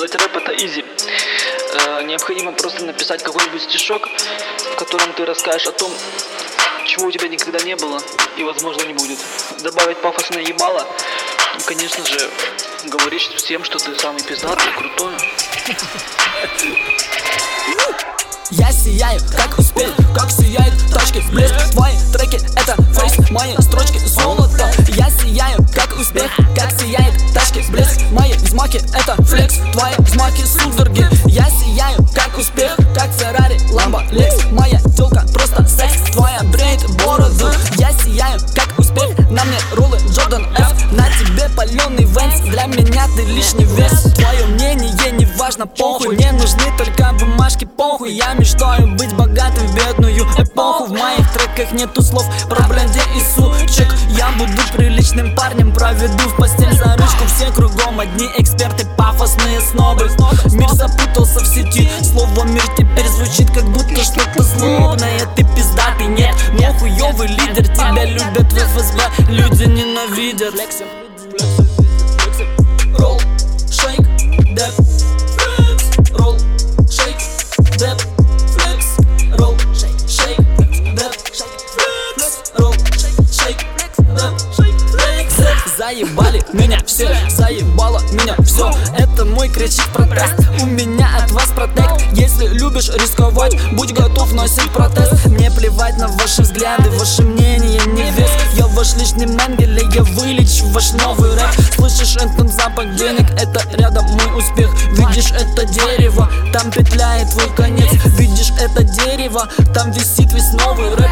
Делать рэп — это изи. Необходимо просто написать какой-нибудь стишок, в котором ты расскажешь о том, чего у тебя никогда не было и, возможно, не будет. Добавить пафосное ебало и, конечно же, говоришь всем, что ты самый пиздатый, крутой. Я сияю, как успех, как сияют тачки, блеск. Твои треки — это фейс, мои строчки — золото. Я сияю, как успех, как сияет тачки, блеск. Мои взмаки — это флекс, твои взмаки — судороги. Я сияю, как успех, как Феррари, Ламбо, Лекс. Моя тёлка — просто секс, твоя бреет бороду. Я сияю, как успех, на мне роллы Джордан F. На тебе палёный Вэнс, для меня ты лишний вес. Твое мнение не важно, похуй, мне нужны только бумажки, похуй. Я мечтаю быть богатым в бедную эпоху. В моих треках нету слов про бренди и сучек. Я буду приличным парнем, проведу в постель за ручку. Все кругом одни эксперты, пафосные снобы. Мир запутался в сети, слово мир теперь звучит как будто что-то злобное. Ты пиздатый, нет, но хуёвый лидер. Тебя любят в ФСБ, люди ненавидят. Ролл, шейк, деп, флекс. Ролл, шейк, деп, флекс. Ролл, шейк, деп, флекс. Ролл, шейк, деп, флекс. Заебали меня все, заебало меня все. Это мой кричит протест, у меня от вас протект. Если любишь рисковать, будь готов носить протест. Мне плевать на ваши взгляды, ваше мнение не вес. Я ваш личный Менгеле, я вылечу ваш новый рэп. Слышишь этот запах денег, это рядом мой успех. Видишь это дерево, там петляет твой конец. Видишь это дерево, там висит весь новый рэп.